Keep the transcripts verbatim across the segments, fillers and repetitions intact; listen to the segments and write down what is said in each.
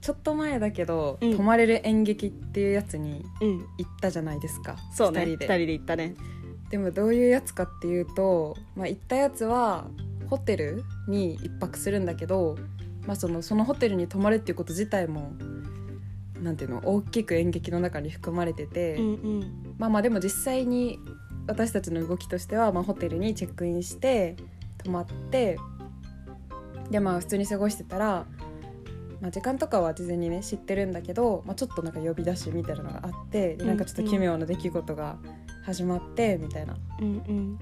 ちょっと前だけど、 うん、 泊まれる演劇っていうやつにうん行ったじゃないですか、 そうね、 ふたりでふたりで行ったね。 でもどういうやつかっていうと、まあ、行ったやつはホテルに一泊するんだけど、まあ、その、そのホテルに泊まるっていうこと自体もなんていうの、大きく演劇の中に含まれてて、 うんうん、 まあまあでも実際に私たちの動きとしては、まあ、ホテルにチェックインして泊まって、でまあ普通に過ごしてたら、まあ、時間とかは事前にね知ってるんだけど、まあ、ちょっとなんか呼び出しみたいなのがあって、でなんかちょっと奇妙な出来事が始まってみたいな、 うんうん、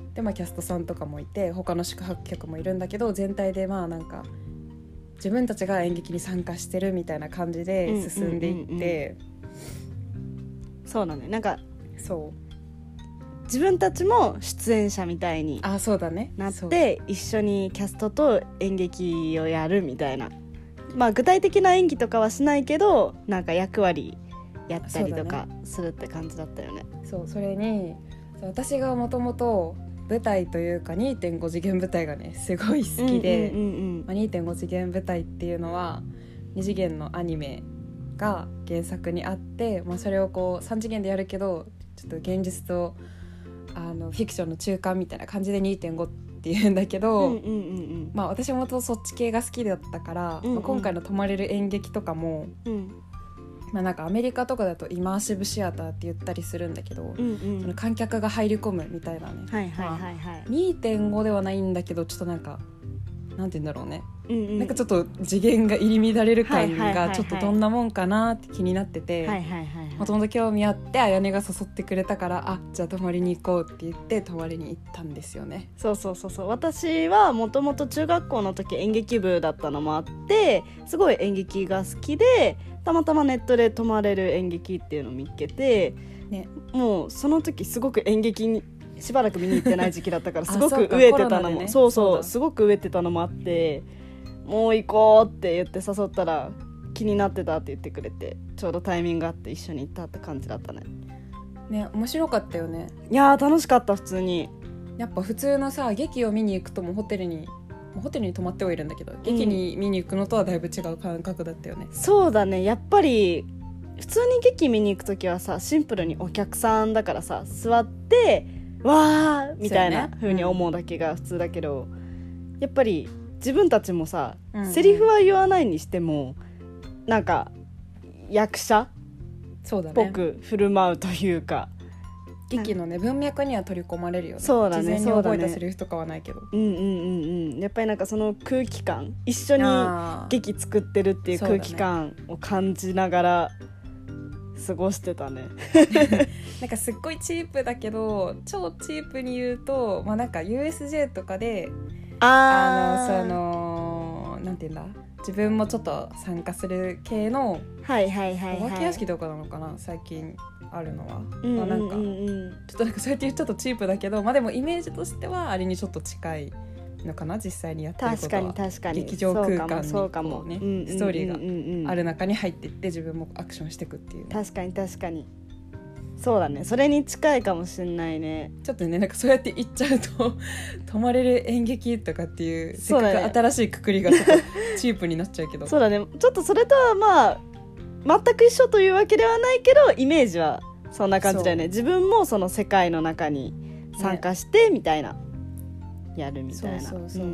でまあキャストさんとかもいて他の宿泊客もいるんだけど、全体でまあなんか自分たちが演劇に参加してるみたいな感じで進んでいって、うんうんうんうん、そうだね、なんかそう自分たちも出演者みたいにあそうだねなって一緒にキャストと演劇をやるみたいな、まあ具体的な演技とかはしないけどなんか役割やったりとかするって感じだったよね。 そう、それにそう私がもともと舞台というか にてんご 次元舞台がねすごい好きで、 うんうんうんうん、 まあ、にてんご 次元舞台っていうのはに次元のアニメが原作にあって、まあ、それをこうさん次元でやるけどちょっと現実とあのフィクションの中間みたいな感じで にてんご っていうんだけど、 うんうんうんうん、 まあ、私もとそっち系が好きだったから、 うんうん、 まあ、今回の泊まれる演劇とかも、 うんまあ、なんかアメリカとかだとイマーシブシアターって言ったりするんだけど、 うんうん、 その観客が入り込むみたいなね、 はいはいはいはい、 にてんご ではないんだけどちょっとなんかなんて言うんだろうね、 うんうん、 なんかちょっと次元が入り乱れる感がちょっとどんなもんかなって気になってて、もともと興味あってあやねが誘ってくれたから、あじゃあ泊まりに行こうって言って泊まりに行ったんですよね。 そうそうそうそう、私はもともと中学校の時演劇部だったのもあってすごい演劇が好きで、たまたまネットで泊まれる演劇っていうのを見つけて、ね、もうその時すごく演劇にしばらく見に行ってない時期だったからすごく飢えてたのも、ね、そうそうすごく飢えてたのもあって、もう行こうって言って誘ったら気になってたって言ってくれて、ちょうどタイミングがあって一緒に行ったって感じだったね。 ね、面白かったよね。 いやー楽しかった。普通にやっぱ普通のさ劇を見に行くともホテルにホテルに泊まってはいるんだけど、劇に見に行くのとはだいぶ違う感覚だったよね、 うん、そうだね。やっぱり普通に劇見に行くときはさシンプルにお客さんだからさ座ってわーみたいな風に思うだけが普通だけど、ね、やっぱり自分たちもさ、うんうん、セリフは言わないにしてもなんか役者っぽく振る舞うというか、 劇のね文脈には取り込まれるよね。 そうだね、 事前に覚えたセリフとかはないけど、 うんうんうんうん、やっぱりなんかその空気感、一緒に劇作ってるっていう空気感を感じながら過ごしてたねなんかすっごいチープだけど超チープに言うと、まあ、なんか ユーエスジェー とかであのそのなんていうんだ自分もちょっと参加する系のはいはいはいはいお化け屋敷とかなのかな最近あるのは、 うんうんうんうん、 まあ、なんかちょっとなんかそうやって言っちゃうとチープだけど、まあでもイメージとしてはあれにちょっと近いのかな、実際にやってることは。 確かに確かに劇場空間にこうね、 うんうんうんうん、 ストーリーがある中に入っていって自分もアクションしていくっていう、ね、 確かに確かにそうだね、それに近いかもしれないね。 ちょっとねなんかそうやって言っちゃうと泊まれる演劇とかっていうせっかく新しいくくりがちょっとチープになっちゃうけどそうだね、ちょっとそれとはまあ全く一緒というわけではないけどイメージはそんな感じだよね。自分もその世界の中に参加してみたいな、ね、やるみたいな。 そうそうそう、うん、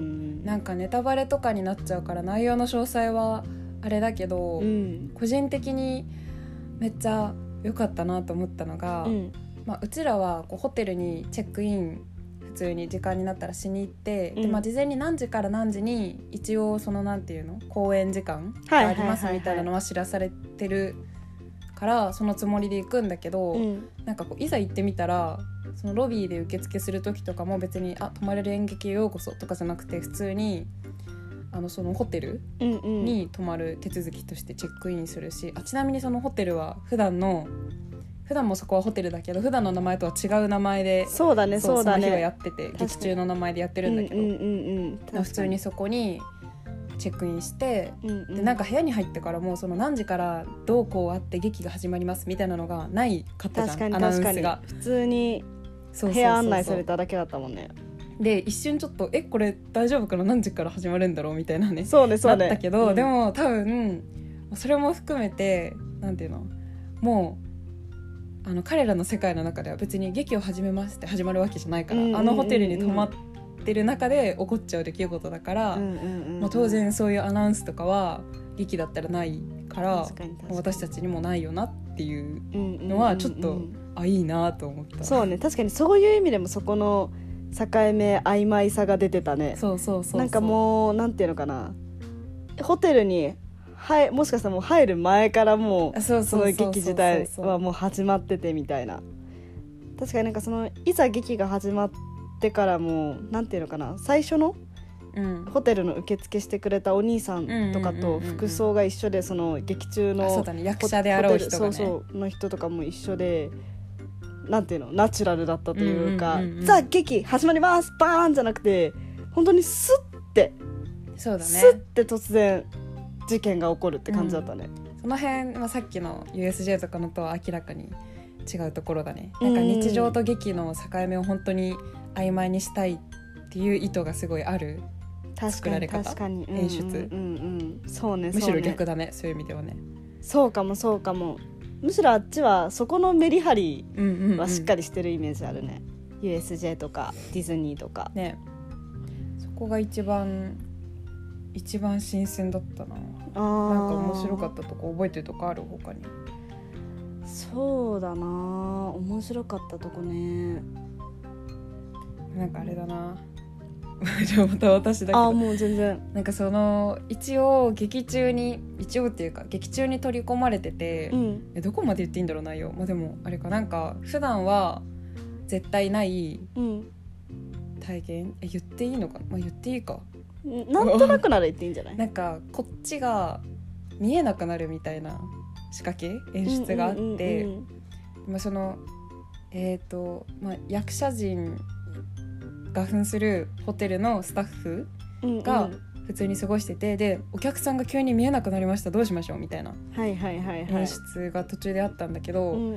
なんかネタバレとかになっちゃうから内容の詳細はあれだけど、うん、個人的にめっちゃ良かったなと思ったのが、うんまあ、うちらはこうホテルにチェックイン普通に時間になったらしに行って、うんでまあ、事前に何時から何時に一応そのなんていうの公演時間がありますみたいなのは知らされてるからそのつもりで行くんだけど、うん、なんかこういざ行ってみたらそのロビーで受付する時とかも別にあ泊まれる演劇へようこそとかじゃなくて普通にあのそのホテルに泊まる手続きとしてチェックインするし、あちなみにそのホテルは普段の普段もそこはホテルだけど普段の名前とは違う名前でそうだねそうだねその日はやってて劇中の名前でやってるんだけど、うんうんうんうん、普通にそこにチェックインして、うんうん、でなんか部屋に入ってからもうその何時からどうこうあって劇が始まりますみたいなのがないかったじゃん。 確かに確かにアナウンスが普通に部屋案内されただけだったもんね。 で一瞬ちょっとえこれ大丈夫かな何時から始まるんだろうみたいなねそうねそうねなったけど、うん、でも多分それも含めてなんていうのもうあの彼らの世界の中では別に劇を始めますって始まるわけじゃないから、うんうんうんうん、あのホテルに泊まってる中で起こっちゃう出来事だから、うんうんうんうん、まあ、当然そういうアナウンスとかは劇だったらないから私たちにもないよなっていうのはちょっと、うんうんうんうん、あいいなと思った。 そうね、確かにそういう意味でもそこの境目曖昧さが出てたね。 そうそうそうそう、 なんかもうなんていうのかな、ホテルにはいもしかしたらもう入る前からもうその劇自体はもう始まっててみたいな。確かになんかそのいざ劇が始まってからもなんていうのかな、最初のうん、ホテルの受付してくれたお兄さんとかと服装が一緒で、その劇中のそうだね、役者であろう人がね、 そうそうの人とかも一緒で、なんていうの、ナチュラルだったというか、うんうんうんうん、さあ劇始まりますバーンじゃなくて本当にスッてそうだね、 スッて突然事件が起こるって感じだったね、 うん、その辺、まあ、さっきの ユーエスジェー とかのとは明らかに違うところだね。なんか日常と劇の境目を本当に曖昧にしたいっていう意図がすごいある作られ方、 確かに演出、 うんうんうんうん、そうね、 むしろ逆だね、そういう意味ではね。 そうかもそうかも、むしろあっちはそこのメリハリはしっかりしてるイメージあるね、うんうんうん、ユーエスジェー とかディズニーとかね、そこが一番一番新鮮だったな。あ、なんか面白かったとこ覚えてるとこある？他に。 そうだな、面白かったとこね、 なんかあれだなじゃあまた私だけど、 あ、もう全然なんかその一応劇中に一応っていうか劇中に取り込まれてて、うん、えどこまで言っていいんだろう内容、まあ、でもあれか、なんか普段は絶対ない体験、うん、え言っていいのかな、まあ、言っていいか、 なんとなくなら言っていいんじゃないなんかこっちが見えなくなるみたいな仕掛け演出があって、うんうんうんうん、まあ、そのえっと、まあ、役者陣が扮するホテルのスタッフが普通に過ごしてて、でお客さんが急に見えなくなりました、どうしましょうみたいな演出が途中であったんだけど、うんうん、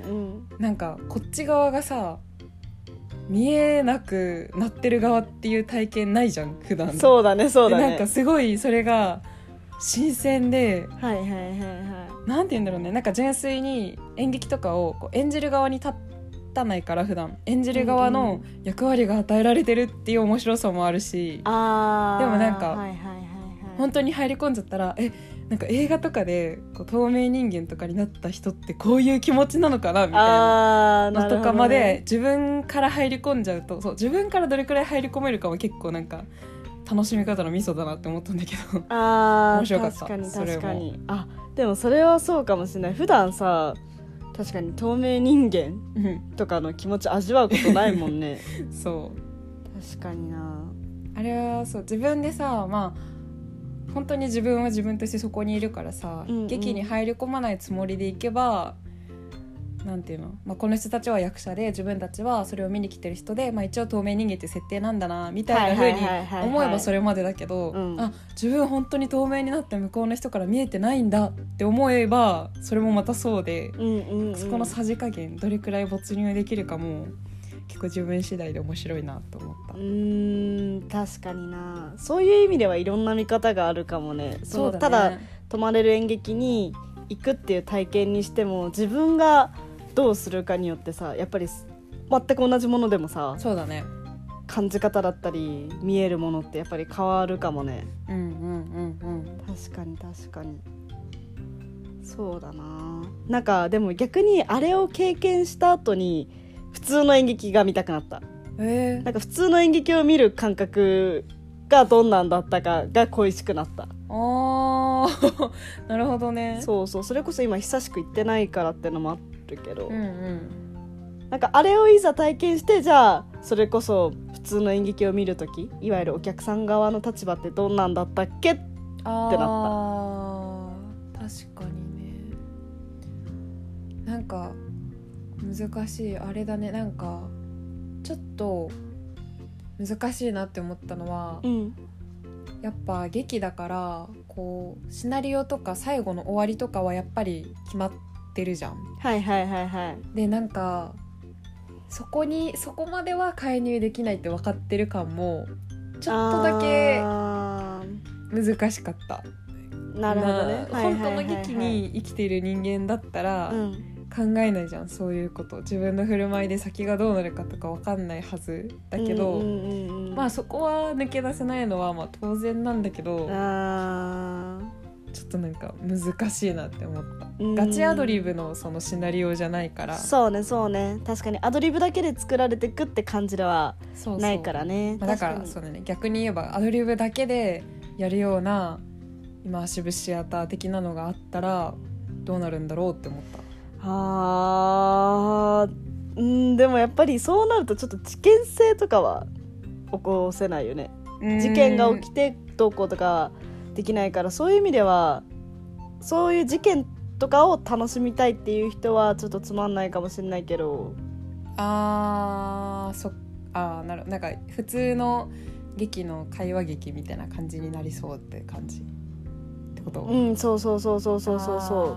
なんかこっち側がさ見えなくなってる側っていう体験ないじゃん普段。 そうだねそうだね、 なんかすごいそれが新鮮で、 はいはいはいはい、 なんて言うんだろうね、なんか純粋に演劇とかをこう演じる側に立たないから普段演じる側の役割が与えられてるっていう面白さもあるし、うん、あでもなんか、はいはいはいはい、本当に入り込んじゃったらえなんか映画とかでこう透明人間とかになった人ってこういう気持ちなのかなみたいなのとかまで自分から入り込んじゃうと、そう自分からどれくらい入り込めるかも結構なんか楽しみ方のミソだなって思ったんだけど、あ面白かった。 確かに確かに、あでもそれはそうかもしれない。普段さ確かに透明人間とかの気持ち味わうことないもんねそう確かにな、 あれはそう自分でさ、まあ本当に自分は自分としてそこにいるからさ、うんうん、劇に入り込まないつもりでいけばなんていうの、まあ、この人たちは役者で自分たちはそれを見に来てる人で、まあ、一応透明人間っていう設定なんだなみたいな風に思えばそれまでだけど、あ自分本当に透明になって向こうの人から見えてないんだって思えばそれもまたそうで、うんうんうん、そこのさじ加減どれくらい没入できるかも結構自分次第で面白いなと思った。 うーん確かにな、そういう意味ではいろんな見方があるかもね。そうだね、ただ泊まれる演劇に行くっていう体験にしても自分がどうするかによってさやっぱり全く同じものでもさ、 そうだね、 感じ方だったり見えるものってやっぱり変わるかもね。 うんうんうんうん、 確かに確かにそうだな。なんかでも逆にあれを経験した後に普通の演劇が見たくなった、えー、なんか普通の演劇を見る感覚がどんなんだったかが恋しくなった。 あなるほどね。 そうそう、それこそ今久しく行ってないからってのもあるけど、うんうん、なんかあれをいざ体験してじゃあそれこそ普通の演劇を見るときいわゆるお客さん側の立場ってどんなんだったっけってなった。 あ確かにね、なんか難しいあれだね。なんかちょっと難しいなって思ったのは、うん、やっぱ劇だからこうシナリオとか最後の終わりとかはやっぱり決まってるじゃん。 はいはいはいはい。 でなんかそこにそこまでは介入できないって分かってる感もちょっとだけ難しかった。 なるほどね、 本当の劇に生きている人間だったら、うん、考えないじゃんそういうこと。自分の振る舞いで先がどうなるかとか分かんないはずだけど、うんうんうんうん、まあそこは抜け出せないのはまあ当然なんだけど、あちょっとなんか難しいなって思った。ガチアドリブのそのシナリオじゃないから。 そうねそうね、確かにアドリブだけで作られていくって感じではないからね。 そうそう、まあ、だからそうだね、逆に言えばアドリブだけでやるようなイマーシブシアター的なのがあったらどうなるんだろうって思った。 あー、んでもやっぱりそうなるとちょっと事件性とかは起こせないよね。事件が起きてどうこうとかできないから、そういう意味ではそういう事件とかを楽しみたいっていう人はちょっとつまんないかもしれないけど、 あーそあーなるなんか普通の劇の会話劇みたいな感じになりそうって感じってこと。 うん、そうそうそうそうそうそうそう。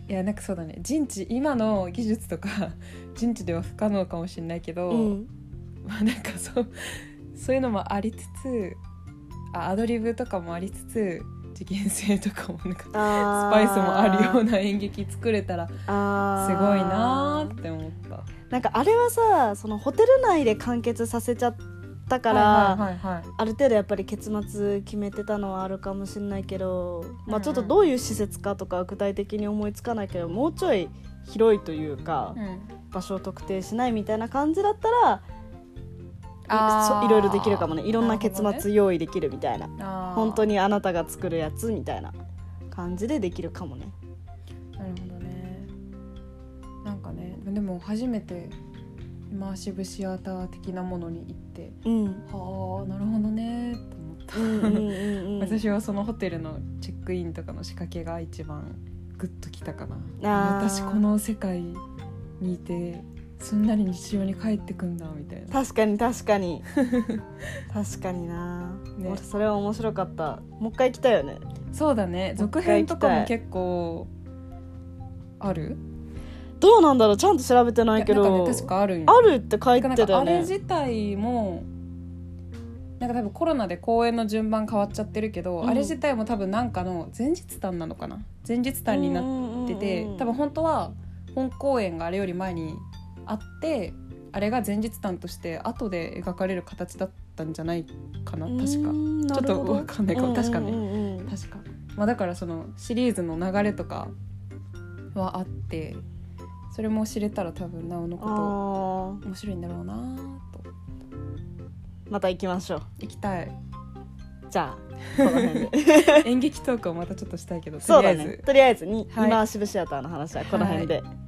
いやなんかそうだね、人知今の技術とか人知では不可能かもしれないけど、うん、まあなんかそうそういうのもありつつ、あアドリブとかもありつつ事件性とかもなんかスパイスもあるような演劇作れたらすごいなって思った。 なんかあれはさ、そのホテル内で完結させちゃったから、はいはいはいはい、ある程度やっぱり結末決めてたのはあるかもしれないけど、まあ、ちょっとどういう施設かとか具体的に思いつかないけど、もうちょい広いというか、うん、場所を特定しないみたいな感じだったらい, いろいろできるかもね。いろんな結末用意できるみたいな、な本当にあなたが作るやつみたいな感じでできるかもね。 なるほどね。なんかね、でも初めてイマーシブシアター的なものに行って、うん、はあなるほどねと思った、うんうんうんうん、私はそのホテルのチェックインとかの仕掛けが一番グッときたかな。私この世界にいてすんなり日常に帰ってくんだみたいな。 確かに確かに確かにな、ね、俺それは面白かった。もう一回行きたいよね。 そうだね、続編とかも結構ある？ どうなんだろう、ちゃんと調べてないけど、 なんかね、確かあるんあるって書いてたよね。なんかあれ自体もなんか多分コロナで公演の順番変わっちゃってるけど、うん、あれ自体も多分なんかの前日談なのかな、前日談になってて、うんうんうんうん、多分本当は本公演があれより前にあって、あれが前日談として後で描かれる形だったんじゃないかな、確か。ちょっと分かんないかも、確かね、うんうんうん、確か、まあ、だからそのシリーズの流れとかはあって、それも知れたら多分なおのこと面白いんだろうなと。 また行きましょう。 行きたい。 じゃあこの辺で演劇トークをまたちょっとしたいけど、 とりあえずそうだね、とりあえずに、はい、イマーシブシアターの話はこの辺で、はい。